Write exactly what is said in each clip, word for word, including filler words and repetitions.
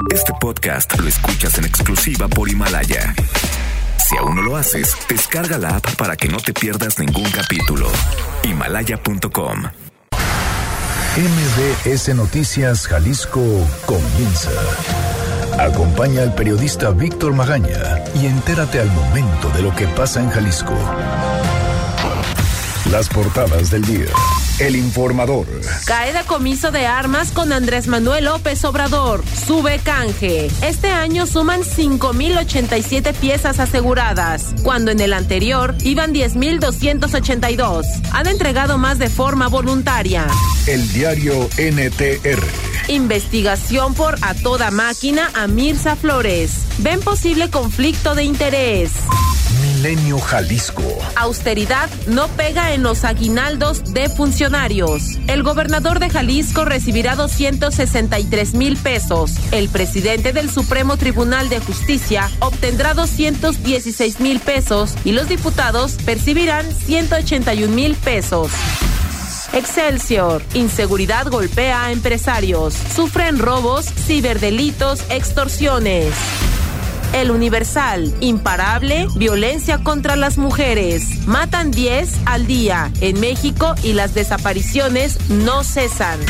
Este podcast lo escuchas en exclusiva por Himalaya. Si aún no lo haces, descarga la app para que no te pierdas ningún capítulo. Himalaya punto com. M B S Noticias Jalisco comienza. Acompaña al periodista Víctor Magaña y entérate al momento de lo que pasa en Jalisco. Las portadas del día. El Informador. Cae decomiso de armas con Andrés Manuel López Obrador. Sube canje. Este año suman cinco mil ochenta y siete piezas aseguradas, cuando en el anterior iban diez mil doscientos ochenta y dos. Han entregado más de forma voluntaria. El diario N T R. Investigación por a toda máquina a Mirza Flores. Ven posible conflicto de interés. Milenio Jalisco. Austeridad no pega en los aguinaldos de funcionarios. El gobernador de Jalisco recibirá doscientos sesenta y tres mil pesos. El presidente del Supremo Tribunal de Justicia obtendrá doscientos dieciséis mil pesos y los diputados percibirán ciento ochenta y un mil pesos. Excelsior. Inseguridad golpea a empresarios. Sufren robos, ciberdelitos, extorsiones. El Universal. Imparable, violencia contra las mujeres. Matan diez al día en México y las desapariciones no cesan.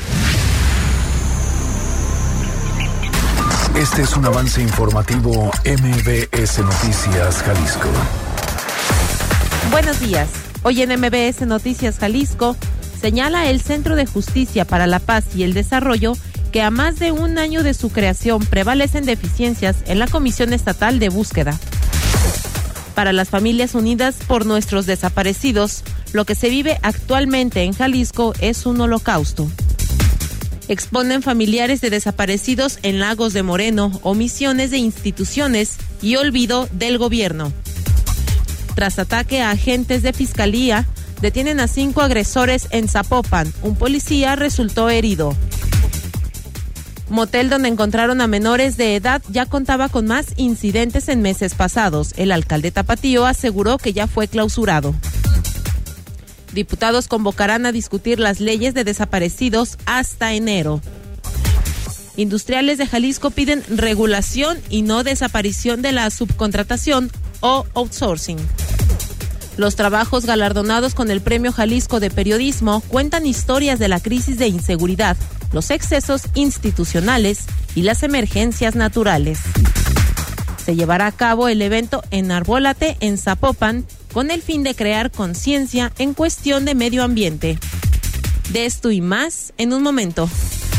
Este es un avance informativo M B S Noticias Jalisco. Buenos días. Hoy en M B S Noticias Jalisco señala el Centro de Justicia para la Paz y el Desarrollo que a más de un año de su creación prevalecen deficiencias en la Comisión Estatal de Búsqueda. Para las familias unidas por nuestros desaparecidos, lo que se vive actualmente en Jalisco es un holocausto. Exponen familiares de desaparecidos en Lagos de Moreno, omisiones de instituciones y olvido del gobierno. Tras ataque a agentes de fiscalía, detienen a cinco agresores en Zapopan. Un policía resultó herido. Motel donde encontraron a menores de edad ya contaba con más incidentes en meses pasados. El alcalde tapatío aseguró que ya fue clausurado. Diputados convocarán a discutir las leyes de desaparecidos hasta enero. Industriales de Jalisco piden regulación y no desaparición de la subcontratación o outsourcing. Los trabajos galardonados con el Premio Jalisco de Periodismo cuentan historias de la crisis de inseguridad, los excesos institucionales y las emergencias naturales. Se llevará a cabo el evento Enarbólate en Zapopan con el fin de crear conciencia en cuestión de medio ambiente. De esto y más en un momento.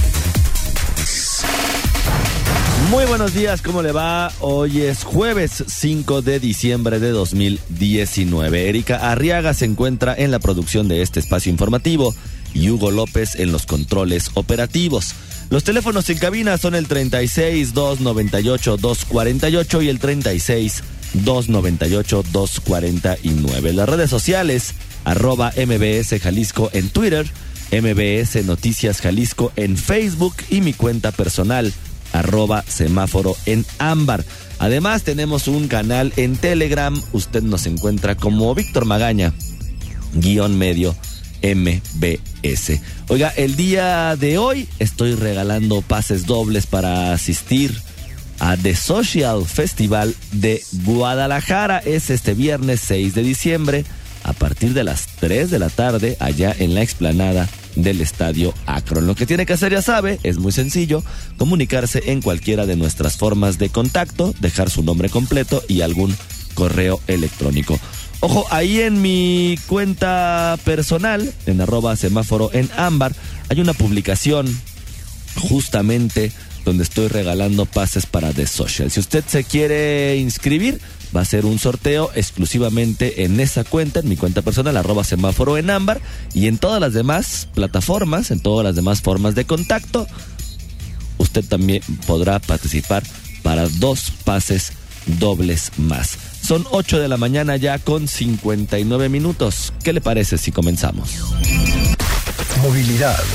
Muy buenos días, ¿cómo le va? Hoy es jueves cinco de diciembre de dos mil diecinueve. Erika Arriaga se encuentra en la producción de este espacio informativo y Hugo López en los controles operativos. Los teléfonos en cabina son el treinta y seis, dos noventa y ocho, dos cuarenta y ocho y el treinta y seis, dos noventa y ocho, dos cuarenta y nueve. Las redes sociales, arroba M B S Jalisco en Twitter, M B S Noticias Jalisco en Facebook y mi cuenta personal, arroba semáforo en ámbar. Además tenemos un canal en Telegram, usted nos encuentra como Víctor Magaña, guión medio M B S. Oiga, el día de hoy estoy regalando pases dobles para asistir a The Social Festival de Guadalajara. Es este viernes seis de diciembre a partir de las tres de la tarde allá en la explanada del Estadio Akron. Lo que tiene que hacer, ya sabe, es muy sencillo: comunicarse en cualquiera de nuestras formas de contacto, dejar su nombre completo y algún correo electrónico. Ojo, ahí en mi cuenta personal, en arroba semáforo en ámbar, hay una publicación justamente donde estoy regalando pases para The Social. Si usted se quiere inscribir, va a ser un sorteo exclusivamente en esa cuenta, en mi cuenta personal, arroba semáforo en ámbar, y en todas las demás plataformas, en todas las demás formas de contacto, usted también podrá participar para dos pases dobles más. Son ocho de la mañana ya con cincuenta y nueve minutos. ¿Qué le parece si comenzamos? Movilidad.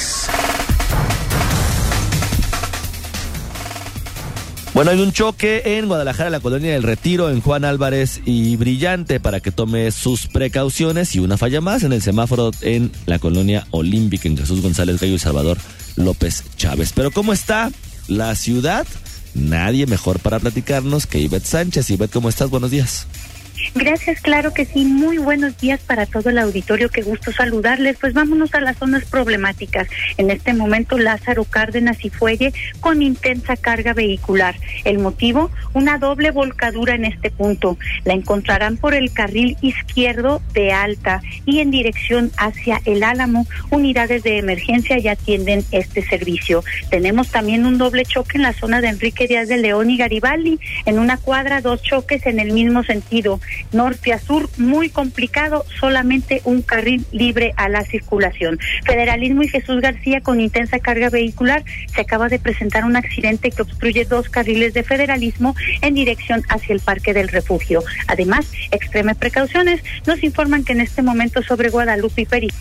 Bueno, hay un choque en Guadalajara, la colonia del Retiro, en Juan Álvarez y Brillante, para que tome sus precauciones, y una falla más en el semáforo en la colonia Olímpica, en Jesús González Gallo y Salvador López Chávez. Pero ¿cómo está la ciudad. Nadie mejor para platicarnos que Ivette Sánchez. Ivette, ¿cómo estás? Buenos días. Gracias, claro que sí. Muy buenos días para todo el auditorio. Qué gusto saludarles. Pues vámonos a las zonas problemáticas. En este momento, Lázaro Cárdenas y Fuelle con intensa carga vehicular. El motivo, una doble volcadura en este punto. La encontrarán por el carril izquierdo de Alta y en dirección hacia El Álamo. Unidades de emergencia ya atienden este servicio. Tenemos también un doble choque en la zona de Enrique Díaz de León y Garibaldi. En una cuadra, dos choques en el mismo sentido. Norte a sur, muy complicado, solamente un carril libre a la circulación. Federalismo y Jesús García con intensa carga vehicular. Se acaba de presentar un accidente que obstruye dos carriles de Federalismo en dirección hacia el Parque del Refugio. Además, extreme precauciones. Nos informan que en este momento sobre Guadalupe y Perico.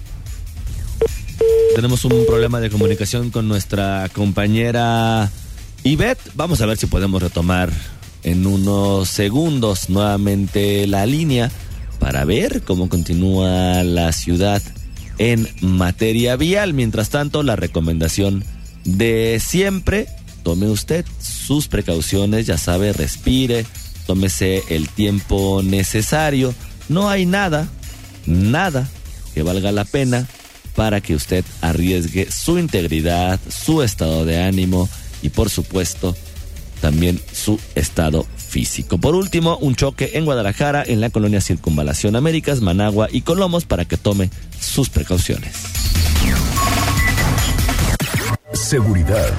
Tenemos un problema de comunicación con nuestra compañera Ivette. Vamos a ver si podemos retomar en unos segundos nuevamente la línea para ver cómo continúa la ciudad en materia vial. Mientras tanto, la recomendación de siempre: tome usted sus precauciones, ya sabe, respire, tómese el tiempo necesario. No hay nada, nada que valga la pena para que usted arriesgue su integridad, su estado de ánimo y, por supuesto, también su estado físico. Por último, un choque en Guadalajara, en la colonia Circunvalación Américas, Managua y Colomos, para que tome sus precauciones. Seguridad.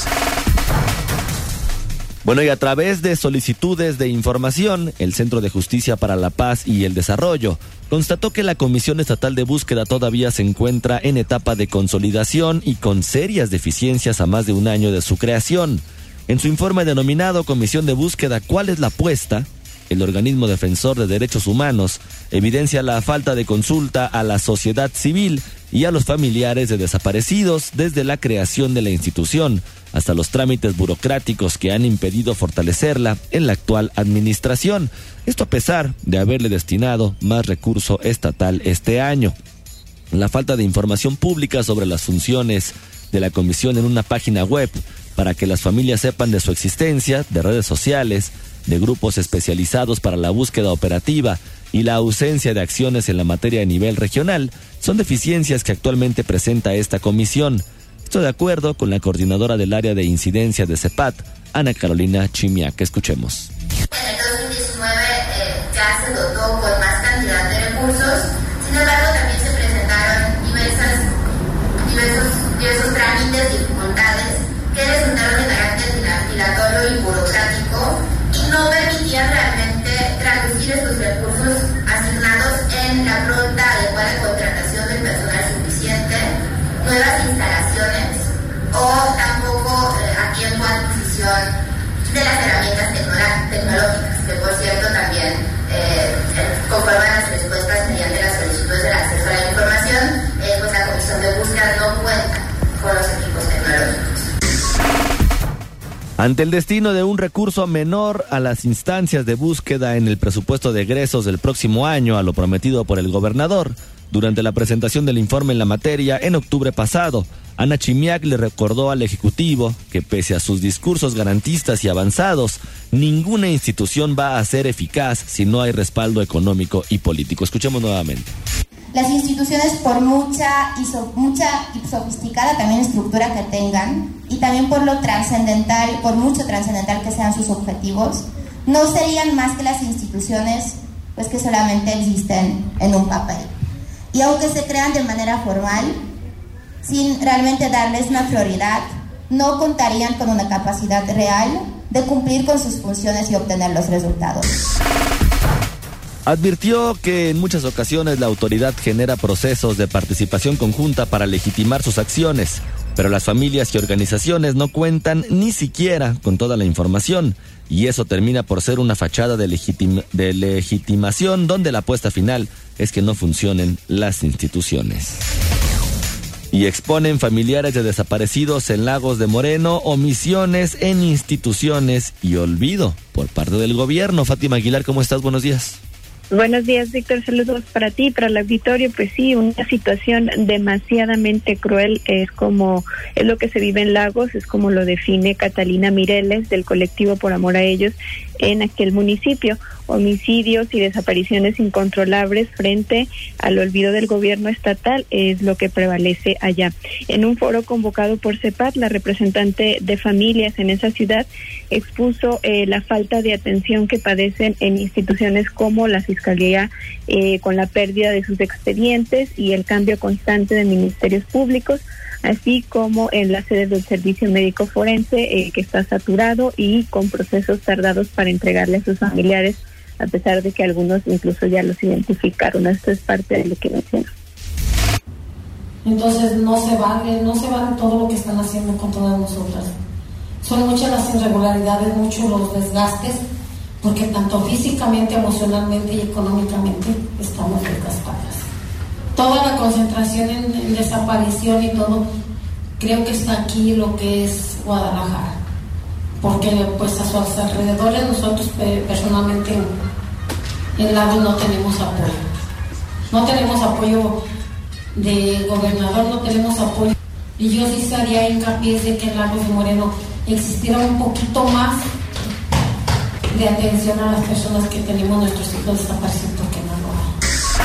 Bueno, y a través de solicitudes de información, el Centro de Justicia para la Paz y el Desarrollo constató que la Comisión Estatal de Búsqueda todavía se encuentra en etapa de consolidación y con serias deficiencias a más de un año de su creación. En su informe denominado Comisión de Búsqueda, ¿cuál es la apuesta?, el organismo defensor de derechos humanos evidencia la falta de consulta a la sociedad civil y a los familiares de desaparecidos desde la creación de la institución hasta los trámites burocráticos que han impedido fortalecerla en la actual administración. Esto a pesar de haberle destinado más recurso estatal este año. La falta de información pública sobre las funciones de la comisión en una página web para que las familias sepan de su existencia, de redes sociales, de grupos especializados para la búsqueda operativa y la ausencia de acciones en la materia a nivel regional son deficiencias que actualmente presenta esta comisión. Esto de acuerdo con la coordinadora del área de incidencia de CEPAT, Ana Carolina Chimiak. Escuchemos. En el dos mil diecinueve eh, ya se dotó con más cantidad de recursos, sin embargo también se presentaron diversas, diversos, diversos trámites y dificultades que resultaron de carácter dilatorio y burocrático y no permitían realmente traducir estos recursos asignados en la pronta adecuada contratación del personal suficiente, nuevas instalaciones o tampoco eh, a tiempo adquisición de las herramientas tecno- tecnológicas, que por cierto también eh, conforman las respuestas mediante las solicitudes del acceso a la información, eh, pues la Comisión de Búsqueda no cuenta con los equipos tecnológicos. Ante el destino de un recurso menor a las instancias de búsqueda en el presupuesto de egresos del próximo año a lo prometido por el gobernador, durante la presentación del informe en la materia en octubre pasado, Ana Chimiak le recordó al Ejecutivo que pese a sus discursos garantistas y avanzados, ninguna institución va a ser eficaz si no hay respaldo económico y político. Escuchemos nuevamente. Las instituciones, por mucha y, so, mucha y sofisticada también estructura que tengan, y también por lo trascendental, por mucho trascendental que sean sus objetivos, no serían más que las instituciones pues que solamente existen en un papel. Y aunque se crean de manera formal, sin realmente darles una prioridad, no contarían con una capacidad real de cumplir con sus funciones y obtener los resultados. Advirtió que en muchas ocasiones la autoridad genera procesos de participación conjunta para legitimar sus acciones, pero las familias y organizaciones no cuentan ni siquiera con toda la información, y eso termina por ser una fachada de, legitim- de legitimación donde la apuesta final es que no funcionen las instituciones. Y exponen familiares de desaparecidos en Lagos de Moreno, omisiones en instituciones y olvido por parte del gobierno. Fátima Aguilar, ¿cómo estás? Buenos días. Buenos días, Víctor. Saludos para ti, para el auditorio. Pues sí, una situación demasiadamente cruel es como es lo que se vive en Lagos, es como lo define Catalina Mireles del colectivo Por Amor a Ellos en aquel municipio. Homicidios y desapariciones incontrolables frente al olvido del gobierno estatal es lo que prevalece allá. En un foro convocado por CEPAT, la representante de familias en esa ciudad expuso eh, la falta de atención que padecen en instituciones como la Fiscalía eh, con la pérdida de sus expedientes y el cambio constante de ministerios públicos, así como en la sede del Servicio Médico Forense eh, que está saturado y con procesos tardados para entregarle a sus familiares, a pesar de que algunos incluso ya los identificaron. Esto es parte de lo que menciona. Entonces no se vale, no se vale todo lo que están haciendo con todas nosotras. Son muchas las irregularidades, muchos los desgastes, porque tanto físicamente, emocionalmente y económicamente estamos desgastadas. Toda la concentración en, en desaparición y todo, creo que está aquí lo que es Guadalajara, porque pues a sus alrededores nosotros eh, personalmente en, en Lagos no tenemos apoyo. No tenemos apoyo de gobernador, no tenemos apoyo. Y yo sí haría hincapié de que en Lagos de Moreno existiera un poquito más de atención a las personas que tenemos nuestros hijos desaparecidos, porque no lo hay.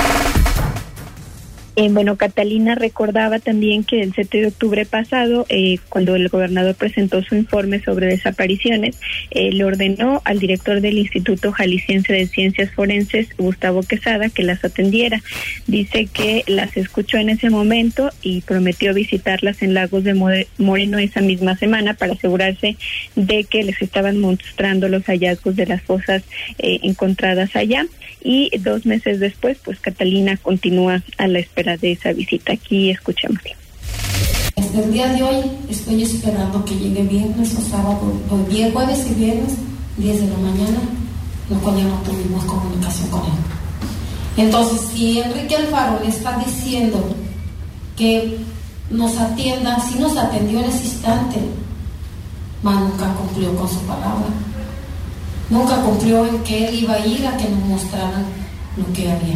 Eh, bueno, Catalina recordaba también que el siete de octubre pasado, eh, cuando el gobernador presentó su informe sobre desapariciones, eh, le ordenó al director del Instituto Jalisciense de Ciencias Forenses, Gustavo Quesada, que las atendiera. Dice que las escuchó en ese momento y prometió visitarlas en Lagos de Moreno esa misma semana para asegurarse de que les estaban mostrando los hallazgos de las fosas eh, encontradas allá. Y dos meses después, pues Catalina continúa a la espera de esa visita. Aquí escuchémosla. Desde el día de hoy estoy esperando que llegue viernes o sábado, o bien jueves y viernes, diez de la mañana, lo cual ya no tuvimos comunicación con él. Entonces, si Enrique Alfaro le está diciendo que nos atienda, si nos atendió en ese instante, mas nunca cumplió con su palabra. Nunca cumplió en que él iba a ir a que nos mostraran lo que había.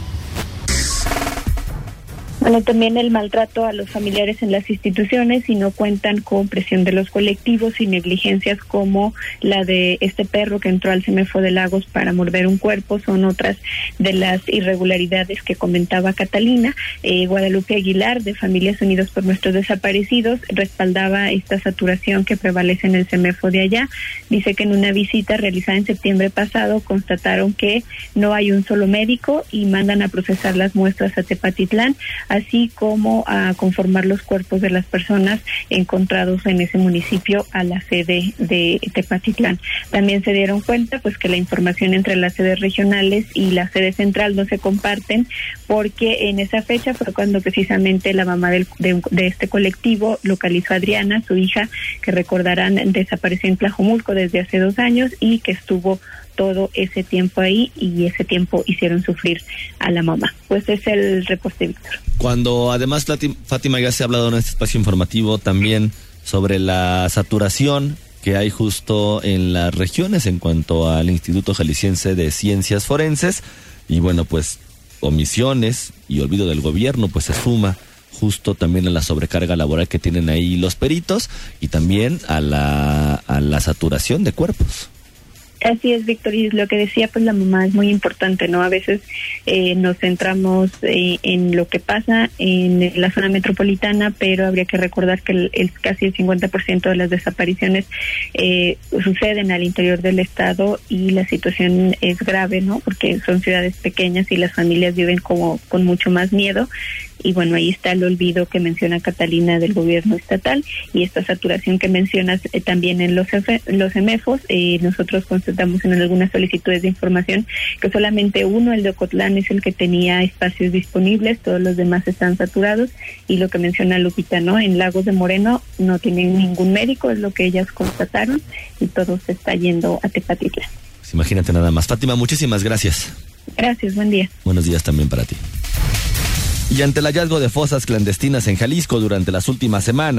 Bueno, también el maltrato a los familiares en las instituciones y no cuentan con presión de los colectivos y negligencias como la de este perro que entró al CEMEFO de Lagos para morder un cuerpo son otras de las irregularidades que comentaba Catalina. Eh, Guadalupe Aguilar, de Familias Unidas por Nuestros Desaparecidos, respaldaba esta saturación que prevalece en el CEMEFO de allá. Dice que en una visita realizada en septiembre pasado constataron que no hay un solo médico y mandan a procesar las muestras a Tepatitlán, así como a conformar los cuerpos de las personas encontrados en ese municipio a la sede de Tepatitlán. También se dieron cuenta pues que la información entre las sedes regionales y la sede central no se comparten, porque en esa fecha fue cuando precisamente la mamá del, de, de este colectivo localizó a Adriana, su hija, que recordarán desapareció en Tlajomulco desde hace dos años y que estuvo todo ese tiempo ahí, y ese tiempo hicieron sufrir a la mamá. Pues es el reporte, Víctor. Cuando además Fátima ya se ha hablado en este espacio informativo también sobre la saturación que hay justo en las regiones en cuanto al Instituto Jalisciense de Ciencias Forenses, y bueno, pues omisiones y olvido del gobierno pues se suma justo también a la sobrecarga laboral que tienen ahí los peritos y también a la, a la saturación de cuerpos. Así es, Víctor, y lo que decía pues la mamá es muy importante, ¿no? A veces eh, nos centramos eh, en lo que pasa en la zona metropolitana, pero habría que recordar que el, el casi el cincuenta por ciento de las desapariciones eh, suceden al interior del estado y la situación es grave, ¿no? Porque son ciudades pequeñas y las familias viven como con mucho más miedo. Y bueno, ahí está el olvido que menciona Catalina del gobierno estatal y esta saturación que mencionas eh, también en los F, los CEMEFOS. Eh, nosotros constatamos en algunas solicitudes de información que solamente uno, el de Ocotlán, es el que tenía espacios disponibles, todos los demás están saturados, y lo que menciona Lupita, ¿no? En Lagos de Moreno no tienen ningún médico, es lo que ellas constataron, y todo se está yendo a Tepatitlán. Pues imagínate nada más. Fátima, muchísimas gracias. Gracias, buen día. Buenos días también para ti. Y ante el hallazgo de fosas clandestinas en Jalisco durante las últimas semanas,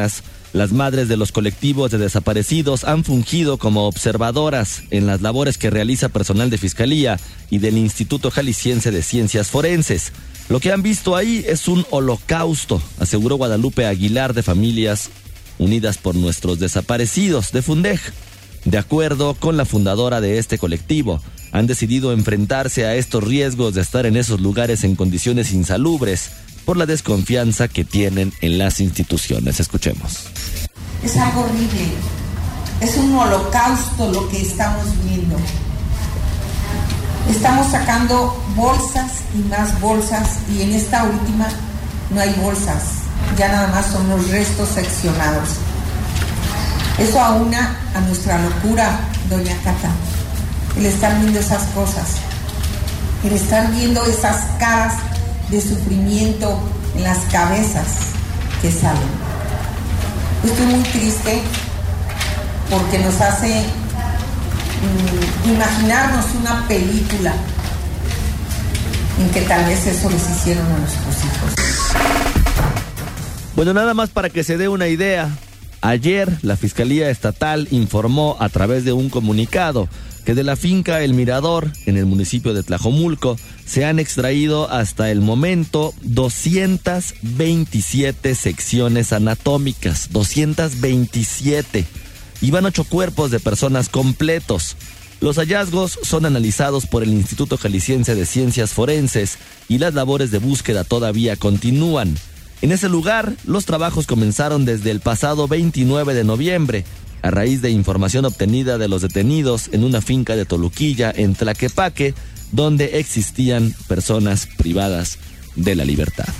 Las madres de los colectivos de desaparecidos han fungido como observadoras en las labores que realiza personal de Fiscalía y del Instituto Jalisciense de Ciencias Forenses. Lo que han visto ahí es un holocausto, aseguró Guadalupe Aguilar, de Familias Unidas por Nuestros Desaparecidos, de Fundej. De acuerdo con la fundadora de este colectivo, han decidido enfrentarse a estos riesgos de estar en esos lugares en condiciones insalubres por la desconfianza que tienen en las instituciones. Escuchemos. Es algo horrible, es un holocausto lo que estamos viendo. Estamos sacando bolsas y más bolsas, y en esta última no hay bolsas, ya nada más son los restos seccionados. Eso aúna a nuestra locura, doña Cata, el estar viendo esas cosas, el estar viendo esas caras de sufrimiento en las cabezas que salen. Estoy muy triste porque nos hace mmm, imaginarnos una película en que tal vez eso les hicieron a nuestros hijos. Bueno, nada más para que se dé una idea. Ayer la Fiscalía Estatal informó a través de un comunicado que de la finca El Mirador, en el municipio de Tlajomulco, se han extraído hasta el momento doscientas veintisiete secciones anatómicas, doscientas veintisiete, y van ocho cuerpos de personas completos. Los hallazgos son analizados por el Instituto Jalisciense de Ciencias Forenses y las labores de búsqueda todavía continúan. En ese lugar, los trabajos comenzaron desde el pasado veintinueve de noviembre, a raíz de información obtenida de los detenidos en una finca de Toluquilla, en Tlaquepaque, donde existían personas privadas de la libertad.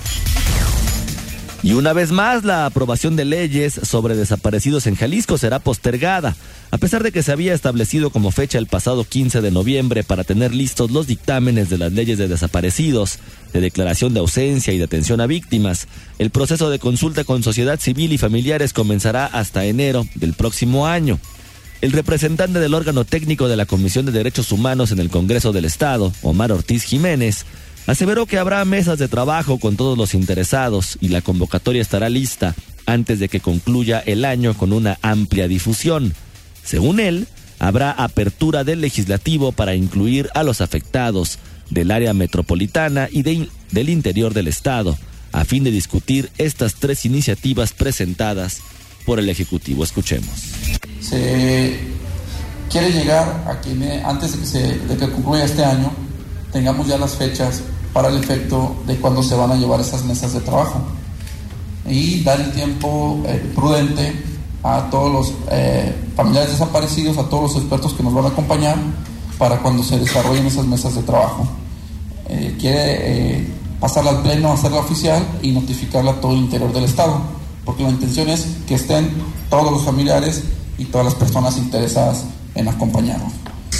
Y una vez más, la aprobación de leyes sobre desaparecidos en Jalisco será postergada, a pesar de que se había establecido como fecha el pasado quince de noviembre para tener listos los dictámenes de las leyes de desaparecidos, de declaración de ausencia y de atención a víctimas. El proceso de consulta con sociedad civil y familiares comenzará hasta enero del próximo año. El representante del órgano técnico de la Comisión de Derechos Humanos en el Congreso del Estado, Omar Ortiz Jiménez, aseveró que habrá mesas de trabajo con todos los interesados y la convocatoria estará lista antes de que concluya el año con una amplia difusión. Según él, habrá apertura del legislativo para incluir a los afectados del área metropolitana y de, del interior del estado, a fin de discutir estas tres iniciativas presentadas por el Ejecutivo. Escuchemos. Se quiere llegar a que antes de que, se, de que concluya este año tengamos ya las fechas para el efecto de cuándo se van a llevar esas mesas de trabajo y dar el tiempo eh, prudente a todos los eh, familiares desaparecidos, a todos los expertos que nos van a acompañar para cuando se desarrollen esas mesas de trabajo. Eh, quiere eh, pasarla al pleno, hacerla oficial y notificarla a todo el interior del estado, porque la intención es que estén todos los familiares y todas las personas interesadas en acompañarnos.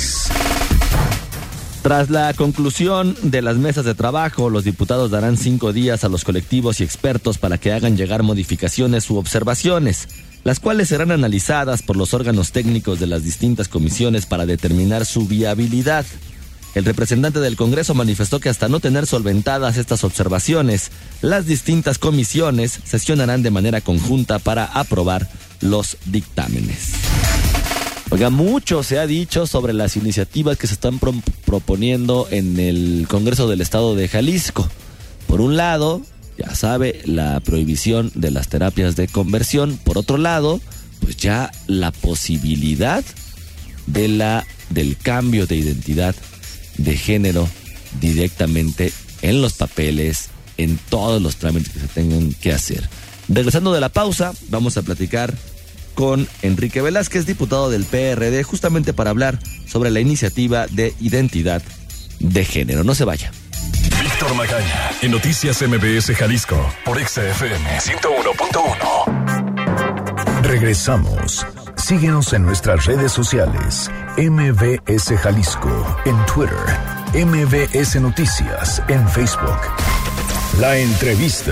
Tras la conclusión de las mesas de trabajo, los diputados darán cinco días a los colectivos y expertos para que hagan llegar modificaciones u observaciones, las cuales serán analizadas por los órganos técnicos de las distintas comisiones para determinar su viabilidad. El representante del Congreso manifestó que hasta no tener solventadas estas observaciones, las distintas comisiones sesionarán de manera conjunta para aprobar los dictámenes. Oiga, mucho se ha dicho sobre las iniciativas que se están pro- proponiendo en el Congreso del Estado de Jalisco. Por un lado, ya sabe, la prohibición de las terapias de conversión. Por otro lado, pues ya la posibilidad de la, del cambio de identidad de género directamente en los papeles, en todos los trámites que se tengan que hacer. Regresando de la pausa, vamos a platicar con Enrique Velázquez, diputado del P R D, justamente para hablar sobre la iniciativa de identidad de género. No se vaya. Víctor Magaña, en Noticias M B S Jalisco, por X F M ciento uno punto uno. Regresamos. Síguenos en nuestras redes sociales. M B S Jalisco en Twitter. M B S Noticias en Facebook. La entrevista.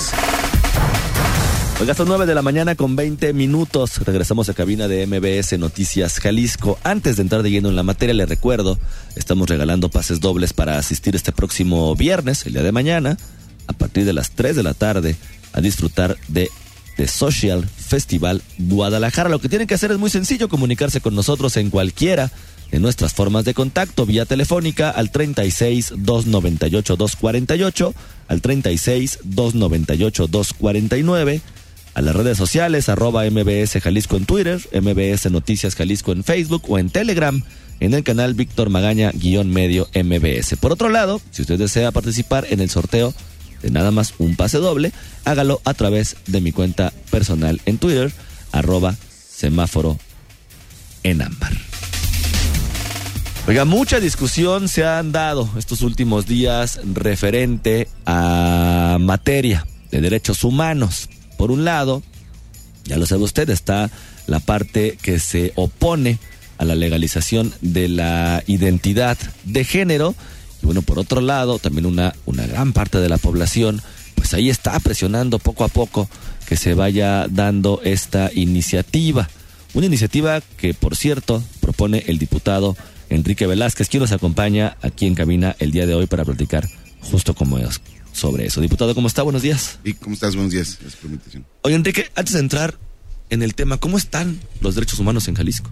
Oiga, son nueve de la mañana con veinte minutos. Regresamos a cabina de M B S Noticias Jalisco. Antes de entrar de lleno en la materia, le recuerdo, estamos regalando pases dobles para asistir este próximo viernes, el día de mañana, a partir de las tres de la tarde, a disfrutar de de Social Festival Guadalajara. Lo que tienen que hacer es muy sencillo, comunicarse con nosotros en cualquiera de nuestras formas de contacto, vía telefónica al treinta y seis, doscientos noventa y ocho, doscientos cuarenta y ocho, al treinta y seis, doscientos noventa y ocho, doscientos cuarenta y nueve, a las redes sociales, arroba M B S Jalisco en Twitter, M B S Noticias Jalisco en Facebook o en Telegram, en el canal Víctor Magaña, guión medio M B S. Por otro lado, si usted desea participar en el sorteo de nada más un pase doble, hágalo a través de mi cuenta personal en Twitter, arroba semáforo en ámbar. Oiga, mucha discusión se han dado estos últimos días referente a materia de derechos humanos. Por un lado, ya lo sabe usted, está la parte que se opone a la legalización de la identidad de género. Y bueno, por otro lado, también una, una gran parte de la población, pues ahí está presionando poco a poco que se vaya dando esta iniciativa. Una iniciativa que, por cierto, propone el diputado Enrique Velázquez, quien nos acompaña aquí en cabina el día de hoy para platicar justo como es sobre eso. Diputado, ¿cómo está? Buenos días. ¿Y cómo estás? Buenos días. Gracias por la invitación. Oye, Enrique, antes de entrar en el tema, ¿cómo están los derechos humanos en Jalisco?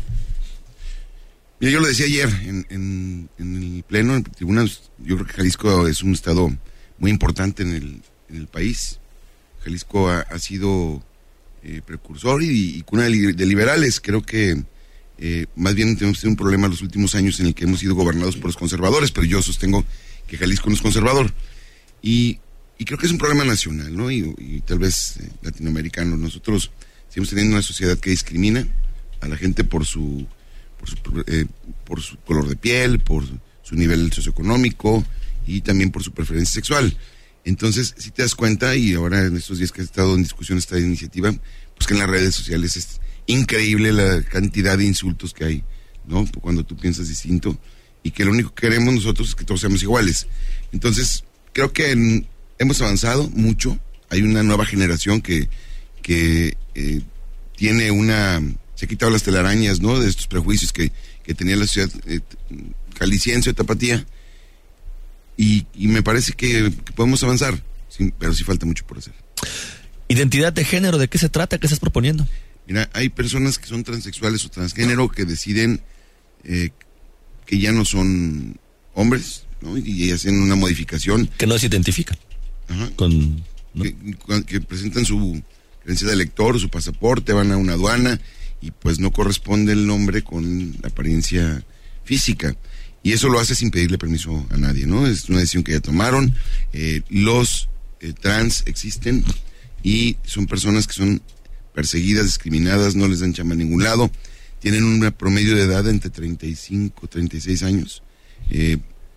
Mira, yo lo decía ayer en, en, en el pleno, en tribunales. Yo creo que Jalisco es un estado muy importante en el, en el país. Jalisco ha, ha sido eh, precursor y, y cuna de, de liberales. Creo que Eh, más bien tenemos tenido un problema los últimos años en el que hemos sido gobernados por los conservadores, pero yo sostengo que Jalisco no es conservador. Y, y creo que es un problema nacional, ¿no? Y, y tal vez eh, latinoamericano. Nosotros seguimos teniendo una sociedad que discrimina a la gente por su, por su, eh, por su color de piel, por su nivel socioeconómico y también por su preferencia sexual. Entonces, si te das cuenta, y ahora en estos días que ha estado en discusión esta iniciativa, pues que en las redes sociales es increíble la cantidad de insultos que hay, ¿no? Cuando tú piensas distinto, y que lo único que queremos nosotros es que todos seamos iguales. Entonces, creo que en, hemos avanzado mucho. Hay una nueva generación que, que eh, tiene una... se ha quitado las telarañas, ¿no? De estos prejuicios que, que tenía la ciudad eh, jalisciense de Tapatía, y, y me parece que, que podemos avanzar, sí, pero sí falta mucho por hacer. ¿Identidad de género? ¿De qué se trata? ¿Qué estás proponiendo? Mira, hay personas que son transexuales o transgénero que deciden eh, que ya no son hombres, ¿no? Y hacen una modificación. Que no se identifican. Ajá. Con, ¿no? que, que presentan su credencial de elector, su pasaporte, van a una aduana y pues no corresponde el nombre con la apariencia física. Y eso lo hace sin pedirle permiso a nadie, ¿no? Es una decisión que ya tomaron. Eh, los eh, trans existen y son personas que son perseguidas, discriminadas, no les dan chamba a ningún lado, tienen un promedio de edad entre treinta y cinco, treinta y seis años, eh,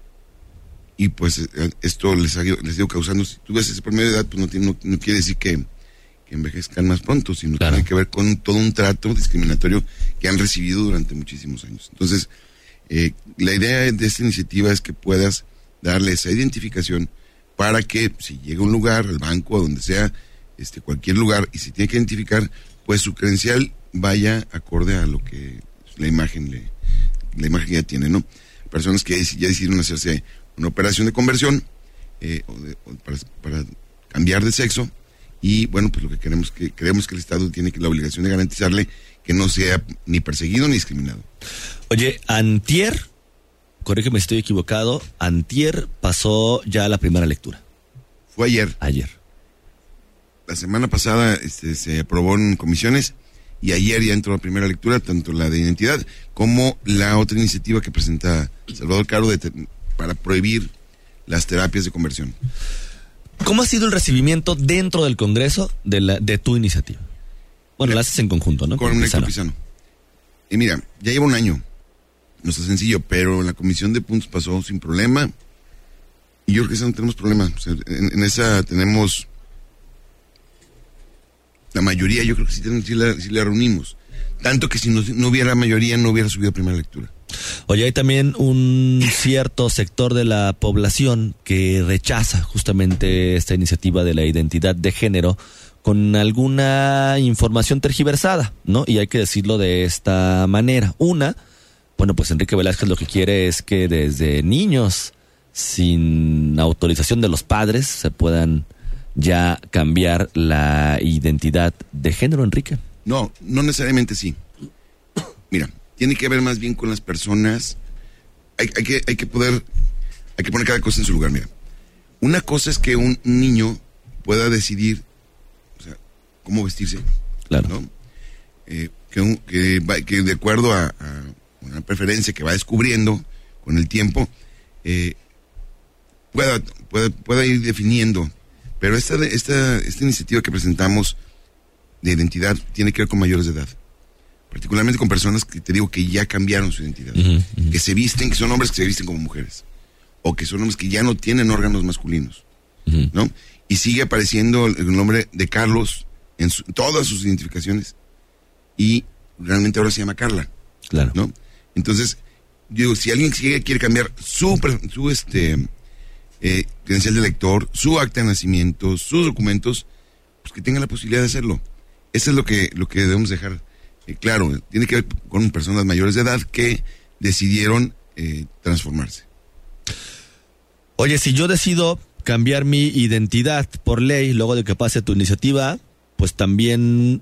y pues eh, esto les ha les ido causando, si tú ves ese promedio de edad, pues no, tiene, no, no quiere decir que, que envejezcan más pronto, sino claro, tiene que ver con todo un trato discriminatorio que han recibido durante muchísimos años. Entonces, eh, la idea de esta iniciativa es que puedas darle esa identificación para que si llega a un lugar, al banco, a donde sea, este cualquier lugar, y si tiene que identificar, pues su credencial vaya acorde a lo que la imagen le, la imagen ya tiene, ¿no? Personas que ya decidieron hacerse una operación de conversión eh, o de, o para, para cambiar de sexo, y bueno, pues lo que queremos que creemos que el Estado tiene que la obligación de garantizarle que no sea ni perseguido ni discriminado. Oye, antier, corrígeme si estoy equivocado, antier pasó ya la primera lectura. Fue ayer. Ayer. La semana pasada este, se aprobó en comisiones y ayer ya entró la primera lectura, tanto la de identidad como la otra iniciativa que presenta Salvador Caro de te, para prohibir las terapias de conversión. ¿Cómo ha sido el recibimiento dentro del Congreso de, la, de tu iniciativa? Bueno, la haces en conjunto, ¿no? Con, con Héctor Pizano. Y mira, ya lleva un año, no está sencillo, pero la comisión de puntos pasó sin problema y yo creo que esa no tenemos problema. O sea, en, en esa tenemos... La mayoría, yo creo que sí, sí, la, sí la reunimos. Tanto que si no, no hubiera mayoría, no hubiera subido a primera lectura. Oye, hay también un cierto sector de la población que rechaza justamente esta iniciativa de la identidad de género con alguna información tergiversada, ¿no? Y hay que decirlo de esta manera. Una, bueno, pues Enrique Velázquez lo que quiere es que desde niños, sin autorización de los padres, se puedan ya cambiar la identidad de género, Enrique? No, no necesariamente sí. Mira, tiene que ver más bien con las personas. Hay, hay, que, hay que poder, hay que poner cada cosa en su lugar. Mira, una cosa es que un niño pueda decidir, o sea, cómo vestirse, claro, ¿no? Eh, que, un, que, va, que de acuerdo a, a una preferencia que va descubriendo con el tiempo, eh, pueda, pueda, pueda ir definiendo. Pero esta, esta, esta iniciativa que presentamos de identidad tiene que ver con mayores de edad, particularmente con personas que te digo que ya cambiaron su identidad, uh-huh, uh-huh. que se visten, que son hombres que se visten como mujeres, o que son hombres que ya no tienen órganos masculinos, uh-huh. ¿no? Y sigue apareciendo el nombre de Carlos en, su, en todas sus identificaciones, y realmente ahora se llama Carla, claro, ¿no? Entonces, digo, si alguien quiere, quiere cambiar su, su este eh, credencial de lector, su acta de nacimiento, sus documentos, pues que tenga la posibilidad de hacerlo. Eso es lo que, lo que debemos dejar eh, claro. Tiene que ver con personas mayores de edad que decidieron eh, transformarse. Oye, si yo decido cambiar mi identidad por ley, luego de que pase tu iniciativa, pues también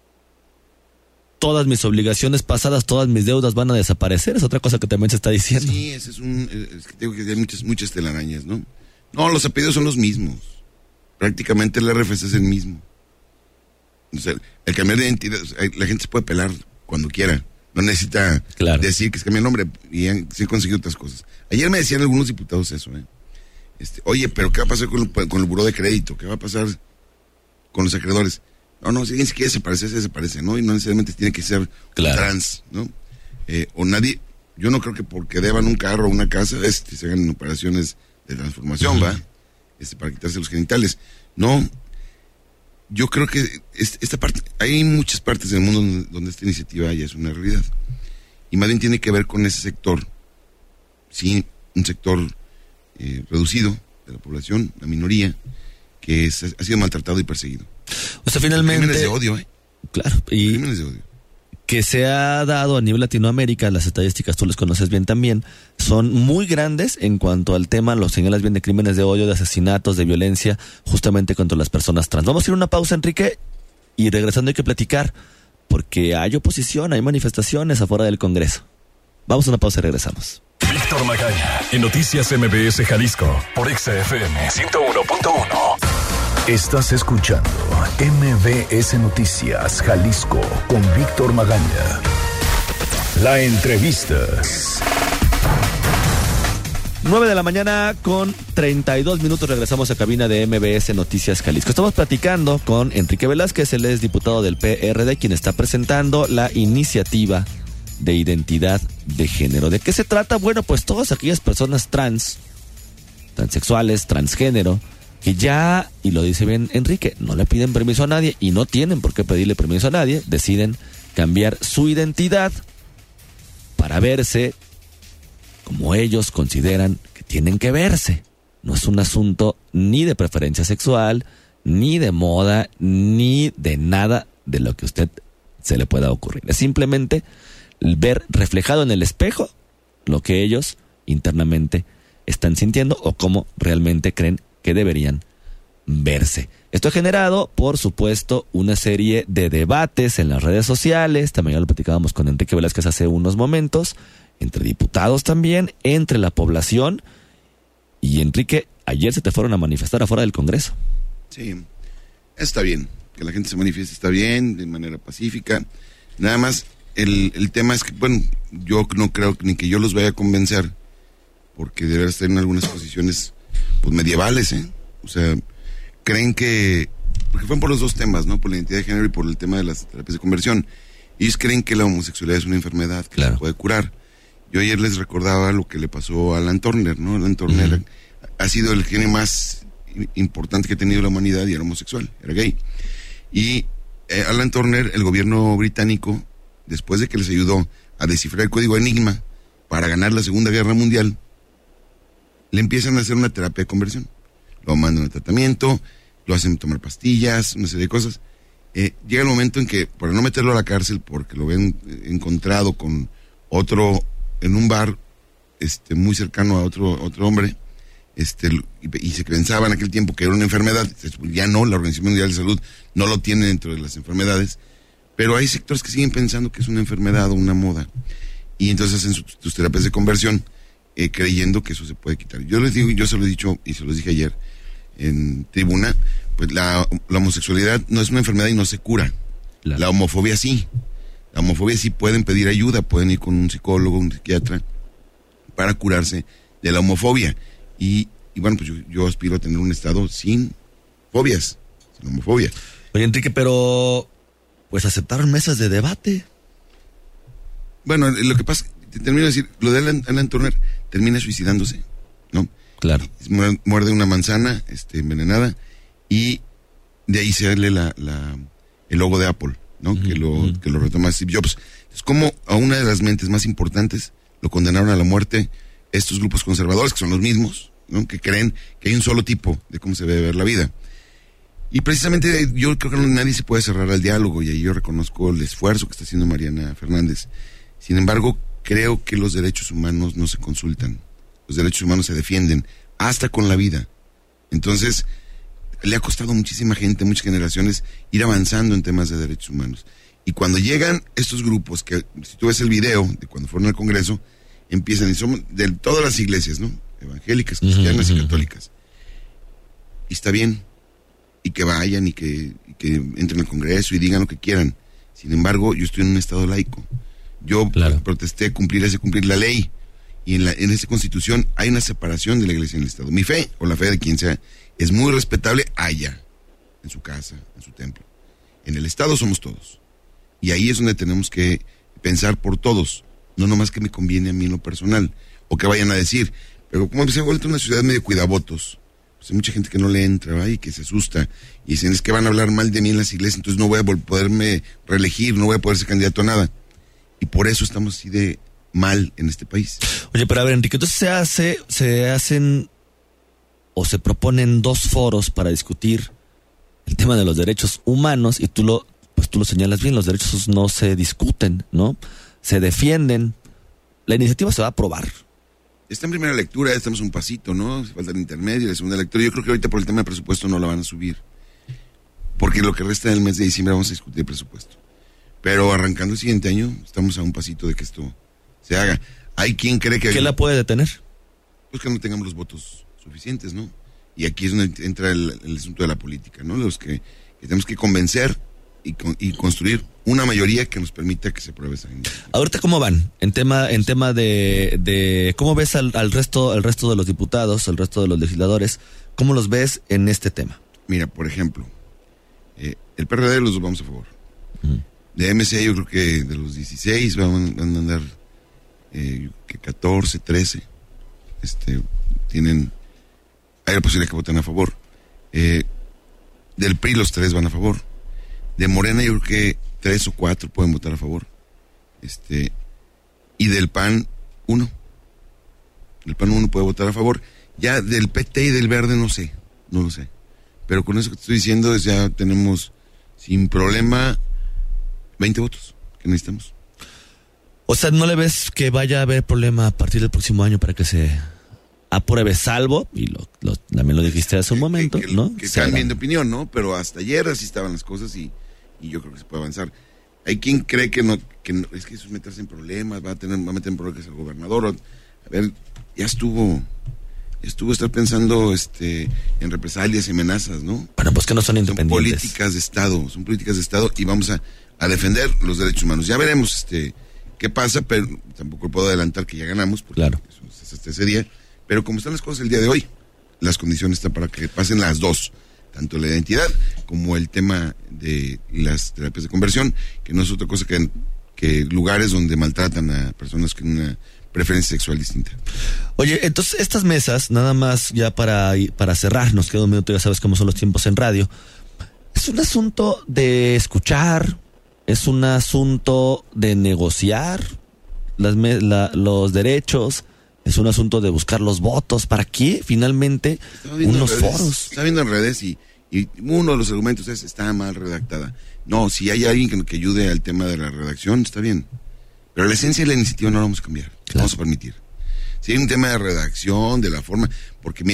todas mis obligaciones pasadas, todas mis deudas van a desaparecer. Es otra cosa que también se está diciendo. Sí, ese es un... Es que tengo que hay muchas, muchas telarañas, ¿no? No, los apellidos son los mismos. Prácticamente el R F C es el mismo. O sea, el cambiar de identidad, la gente se puede pelar cuando quiera. No necesita claro. decir que se cambia el nombre y han, se han conseguido otras cosas. Ayer me decían algunos diputados eso, ¿eh? Este, oye, pero ¿qué va a pasar con el, con el buró de crédito? ¿Qué va a pasar con los acreedores? No, no, si alguien se quiere separarse, se desaparece, ¿no? Y no necesariamente tiene que ser claro. trans, ¿no? Eh, o nadie, yo no creo que porque deban un carro o una casa, este, se hagan operaciones de transformación, uh-huh. ¿va? Este, para quitarse los genitales. No, yo creo que es, esta parte, hay muchas partes del mundo donde, donde esta iniciativa ya es una realidad. Y más bien tiene que ver con ese sector, sí, un sector eh, reducido de la población, la minoría, que es, ha sido maltratado y perseguido. O sea, finalmente... Crímenes de odio, ¿eh? Claro, y... Crímenes de odio. Que se ha dado a nivel Latinoamérica, las estadísticas tú las conoces bien también, son muy grandes en cuanto al tema, lo señalas bien, de crímenes de odio, de asesinatos, de violencia, justamente contra las personas trans. Vamos a ir a una pausa, Enrique, y regresando hay que platicar, porque hay oposición, hay manifestaciones afuera del Congreso. Vamos a una pausa y regresamos. Víctor Magaña, en Noticias M B S Jalisco, por X F M ciento uno punto uno. Estás escuchando M B S Noticias Jalisco con Víctor Magaña. La entrevista. nueve de la mañana con treinta y dos minutos, regresamos a cabina de M B S Noticias Jalisco. Estamos platicando con Enrique Velázquez, él es diputado del P R D, quien está presentando la iniciativa de identidad de género. ¿De qué se trata? Bueno, pues todas aquellas personas trans, transexuales, transgénero, que ya, y lo dice bien Enrique, no le piden permiso a nadie y no tienen por qué pedirle permiso a nadie, deciden cambiar su identidad para verse como ellos consideran que tienen que verse. No es un asunto ni de preferencia sexual, ni de moda, ni de nada de lo que a usted se le pueda ocurrir. Es simplemente ver reflejado en el espejo lo que ellos internamente están sintiendo o cómo realmente creen que deberían verse. Esto ha generado, por supuesto, una serie de debates en las redes sociales. También ya lo platicábamos con Enrique Velázquez hace unos momentos, entre diputados también, entre la población. Y Enrique, ayer se te fueron a manifestar afuera del Congreso. Sí, está bien, que la gente se manifieste, está bien, de manera pacífica. Nada más, el, el tema es que, bueno, yo no creo ni que yo los vaya a convencer, porque deberán estar en algunas posiciones pues medievales, ¿eh? O sea, creen que, porque fueron por los dos temas, ¿no? Por la identidad de género y por el tema de las terapias de conversión. Ellos creen que la homosexualidad es una enfermedad que claro. se puede curar. Yo ayer les recordaba lo que le pasó a Alan Turner, ¿no? Alan Turner uh-huh. ha sido el genio más importante que ha tenido la humanidad y era homosexual, era gay. Y eh, Alan Turner, el gobierno británico, después de que les ayudó a descifrar el código Enigma para ganar la Segunda Guerra Mundial, le empiezan a hacer una terapia de conversión. Lo mandan a tratamiento, lo hacen tomar pastillas, una serie de cosas. Eh, llega el momento en que, para no meterlo a la cárcel, porque lo ven eh, encontrado con otro, en un bar, este, muy cercano a otro, otro hombre, este y, y se pensaba en aquel tiempo que era una enfermedad, ya no, la Organización Mundial de Salud no lo tiene dentro de las enfermedades, pero hay sectores que siguen pensando que es una enfermedad o una moda, y entonces hacen sus, sus terapias de conversión, eh, creyendo que eso se puede quitar. Yo les digo, yo se lo he dicho y se los dije ayer en tribuna, pues la, la homosexualidad no es una enfermedad y no se cura. Claro. La homofobia sí. La homofobia sí pueden pedir ayuda, pueden ir con un psicólogo, un psiquiatra, para curarse de la homofobia. Y, y bueno, pues yo, yo aspiro a tener un estado sin fobias, sin homofobia. Oye, Enrique, pero pues aceptaron mesas de debate. Bueno, lo que pasa, te termino de decir, lo de Alan, Alan Turner termina suicidándose, ¿no? Claro. Muerde una manzana este, envenenada y de ahí se sale la, la, el logo de Apple, ¿no? Uh-huh, que, lo, uh-huh. que lo retoma Steve Jobs. Es como a una de las mentes más importantes lo condenaron a la muerte estos grupos conservadores, que son los mismos, ¿no? Que creen que hay un solo tipo de cómo se debe ver la vida. Y precisamente yo creo que nadie se puede cerrar al diálogo, y ahí yo reconozco el esfuerzo que está haciendo Mariana Fernández. Sin embargo, creo que los derechos humanos no se consultan. Los derechos humanos se defienden, hasta con la vida. Entonces, le ha costado a muchísima gente, muchas generaciones, ir avanzando en temas de derechos humanos. Y cuando llegan estos grupos, que si tú ves el video de cuando fueron al Congreso, empiezan, y son de todas las iglesias, ¿no? Evangélicas, cristianas uh-huh. y católicas. Y está bien, y que vayan, y que, y que entren al Congreso y digan lo que quieran. Sin embargo, yo estoy en un estado laico. Yo claro. protesté cumplir ese cumplir la ley. Y en, la, en esa constitución hay una separación de la iglesia y el Estado. Mi fe, o la fe de quien sea, es muy respetable allá, en su casa, en su templo. En el Estado somos todos. Y ahí es donde tenemos que pensar por todos, no nomás que me conviene a mí en lo personal, o que vayan a decir. Pero como se ha vuelto una ciudad medio cuidabotos, pues hay mucha gente que no le entra, ¿va? Y que se asusta, y dicen, es que van a hablar mal de mí en las iglesias, entonces no voy a poderme reelegir, no voy a poder ser candidato a nada. Y por eso estamos así de mal en este país. Oye, pero a ver, Enrique, entonces se hace, se hacen o se proponen dos foros para discutir el tema de los derechos humanos, y tú lo, pues tú lo señalas bien, los derechos no se discuten, ¿no? Se defienden. La iniciativa se va a aprobar. Está en primera lectura, ya estamos un pasito, ¿no? Falta el intermedio, la segunda lectura. Yo creo que ahorita por el tema de presupuesto no la van a subir, porque lo que resta del mes de diciembre vamos a discutir presupuesto. Pero arrancando el siguiente año, estamos a un pasito de que esto se haga. Hay quien cree que... ¿Qué la puede detener? Pues que no tengamos los votos suficientes, ¿no? Y aquí es donde entra el, el asunto de la política, ¿no? Los que, que tenemos que convencer y, con, y construir una mayoría que nos permita que se apruebe esa iniciativa. Ahorita, ¿cómo van? En tema en tema de... de ¿cómo ves al, al resto al resto de los diputados, al resto de los legisladores? ¿Cómo los ves en este tema? Mira, por ejemplo, eh, el P R D los dos vamos a favor. Uh-huh. De M C yo creo que de los dieciséis van, van a andar eh, que catorce, trece este, tienen, hay la posibilidad que voten a favor. Eh, del P R I los tres van a favor. De Morena yo creo que tres o cuatro pueden votar a favor. Este, y del P A N uno. Del P A N uno puede votar a favor. Ya del P T y del Verde no sé, no lo sé. Pero con eso que te estoy diciendo es ya tenemos sin problema veinte votos que necesitamos. O sea, ¿no le ves que vaya a haber problema a partir del próximo año para que se apruebe, salvo, y lo, lo, también lo dijiste hace un momento, que, que, ¿no? Que cambien de opinión, ¿no? Pero hasta ayer así estaban las cosas y, y yo creo que se puede avanzar. Hay quien cree que no, que no, es que eso es meterse en problemas, va a tener, va a meter en problemas el gobernador. A ver, ya estuvo, ya estuvo estar pensando este en represalias y amenazas, ¿no? Bueno, pues que no son independientes. Son políticas de Estado, son políticas de Estado y vamos a a defender los derechos humanos. Ya veremos este qué pasa, pero tampoco puedo adelantar que ya ganamos, porque claro. eso es hasta ese día. Pero como están las cosas el día de hoy, las condiciones están para que pasen las dos, tanto la identidad como el tema de las terapias de conversión, que no es otra cosa que, que lugares donde maltratan a personas con una preferencia sexual distinta. Oye, entonces estas mesas, nada más ya para, para cerrar, nos queda un minuto, ya sabes cómo son los tiempos en radio, es un asunto de escuchar. Es un asunto de negociar las, la, los derechos, es un asunto de buscar los votos. ¿Para qué finalmente unos redes, foros? Está viendo en redes y, y uno de los argumentos es está mal redactada. No, si hay alguien que, que ayude al tema de la redacción, está bien. Pero la esencia de la iniciativa no la vamos a cambiar, claro. Vamos a permitir. Si hay un tema de redacción, de la forma, porque mira,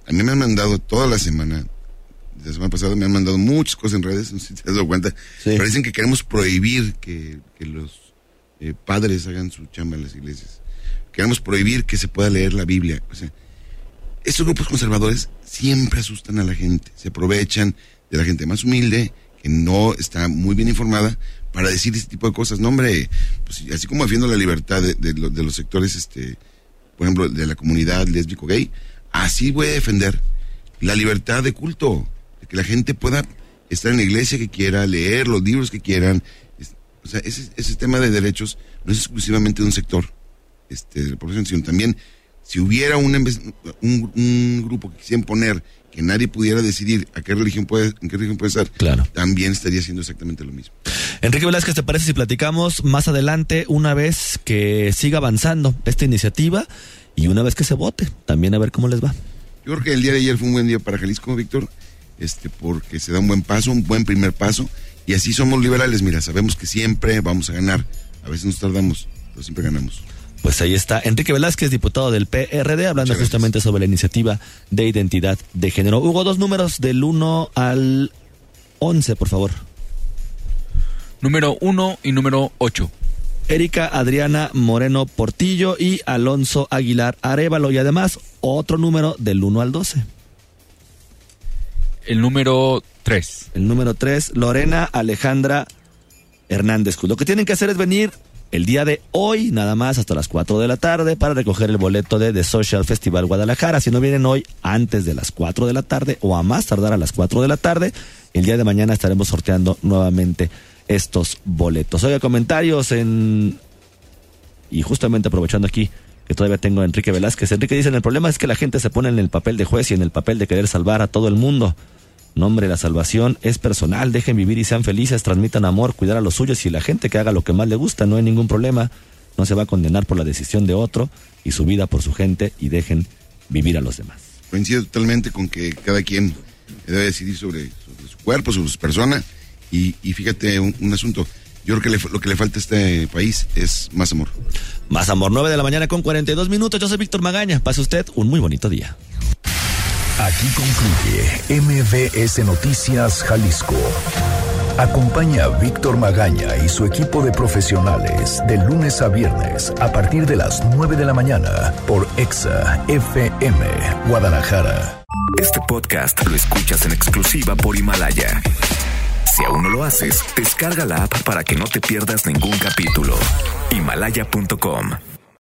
A mí me han mandado toda la semana, la semana pasada me han mandado muchas cosas en redes, no sé si te has dado cuenta, sí. Pero dicen que queremos prohibir que, que los eh, padres hagan su chamba en las iglesias. Queremos prohibir que se pueda leer la Biblia. O sea, estos grupos conservadores siempre asustan a la gente, se aprovechan de la gente más humilde, que no está muy bien informada, para decir este tipo de cosas. No, hombre, pues, así como defiendo la libertad de, de, de los sectores, este, por ejemplo, de la comunidad lésbico-gay, así voy a defender la libertad de culto, de que la gente pueda estar en la iglesia que quiera, leer los libros que quieran. O sea, ese, ese tema de derechos no es exclusivamente de un sector este, de la población, sino también, si hubiera un, un, un grupo que quisiera imponer que nadie pudiera decidir a qué religión puede, en qué religión puede estar, claro, también estaría haciendo exactamente lo mismo. Enrique Velázquez, ¿te parece si platicamos más adelante, una vez que siga avanzando esta iniciativa y una vez que se vote, también a ver cómo les va? Yo creo que el día de ayer fue un buen día para Jalisco, Víctor, este, porque se da un buen paso, un buen primer paso, y así somos liberales. Mira, sabemos que siempre vamos a ganar, a veces nos tardamos, pero siempre ganamos. Pues ahí está Enrique Velázquez, diputado del P R D, hablando justamente sobre la iniciativa de identidad de género. Hugo, dos números del uno al once, por favor. Número uno y número ocho. Erika Adriana Moreno Portillo y Alonso Aguilar Arévalo. Y además, otro número del uno al doce. El número tres. El número tres, Lorena Alejandra Hernández. Lo que tienen que hacer es venir el día de hoy, nada más, hasta las cuatro de la tarde, para recoger el boleto de The Social Festival Guadalajara. Si no vienen hoy antes de las cuatro de la tarde, o a más tardar a las cuatro de la tarde, el día de mañana estaremos sorteando nuevamente estos boletos. Oiga, comentarios en... Y justamente aprovechando aquí que todavía tengo a Enrique Velázquez. Enrique dice, el problema es que la gente se pone en el papel de juez y en el papel de querer salvar a todo el mundo. No, hombre, la salvación es personal. Dejen vivir y sean felices, transmitan amor, cuidar a los suyos, y la gente que haga lo que más le gusta, no hay ningún problema. No se va a condenar por la decisión de otro, y su vida por su gente, y dejen vivir a los demás. Coincido totalmente con que cada quien debe decidir sobre, sobre su cuerpo, sobre su persona, y, y fíjate un, un asunto. Yo creo que le, lo que le falta a este país es más amor. Más amor, nueve de la mañana con cuarenta y dos minutos. Yo soy Víctor Magaña. Pase usted un muy bonito día. Aquí concluye M V S Noticias Jalisco. Acompaña a Víctor Magaña y su equipo de profesionales de lunes a viernes a partir de las nueve de la mañana por Exa F M Guadalajara. Este podcast lo escuchas en exclusiva por Himalaya. Si aún no lo haces, descarga la app para que no te pierdas ningún capítulo. Himalaya punto com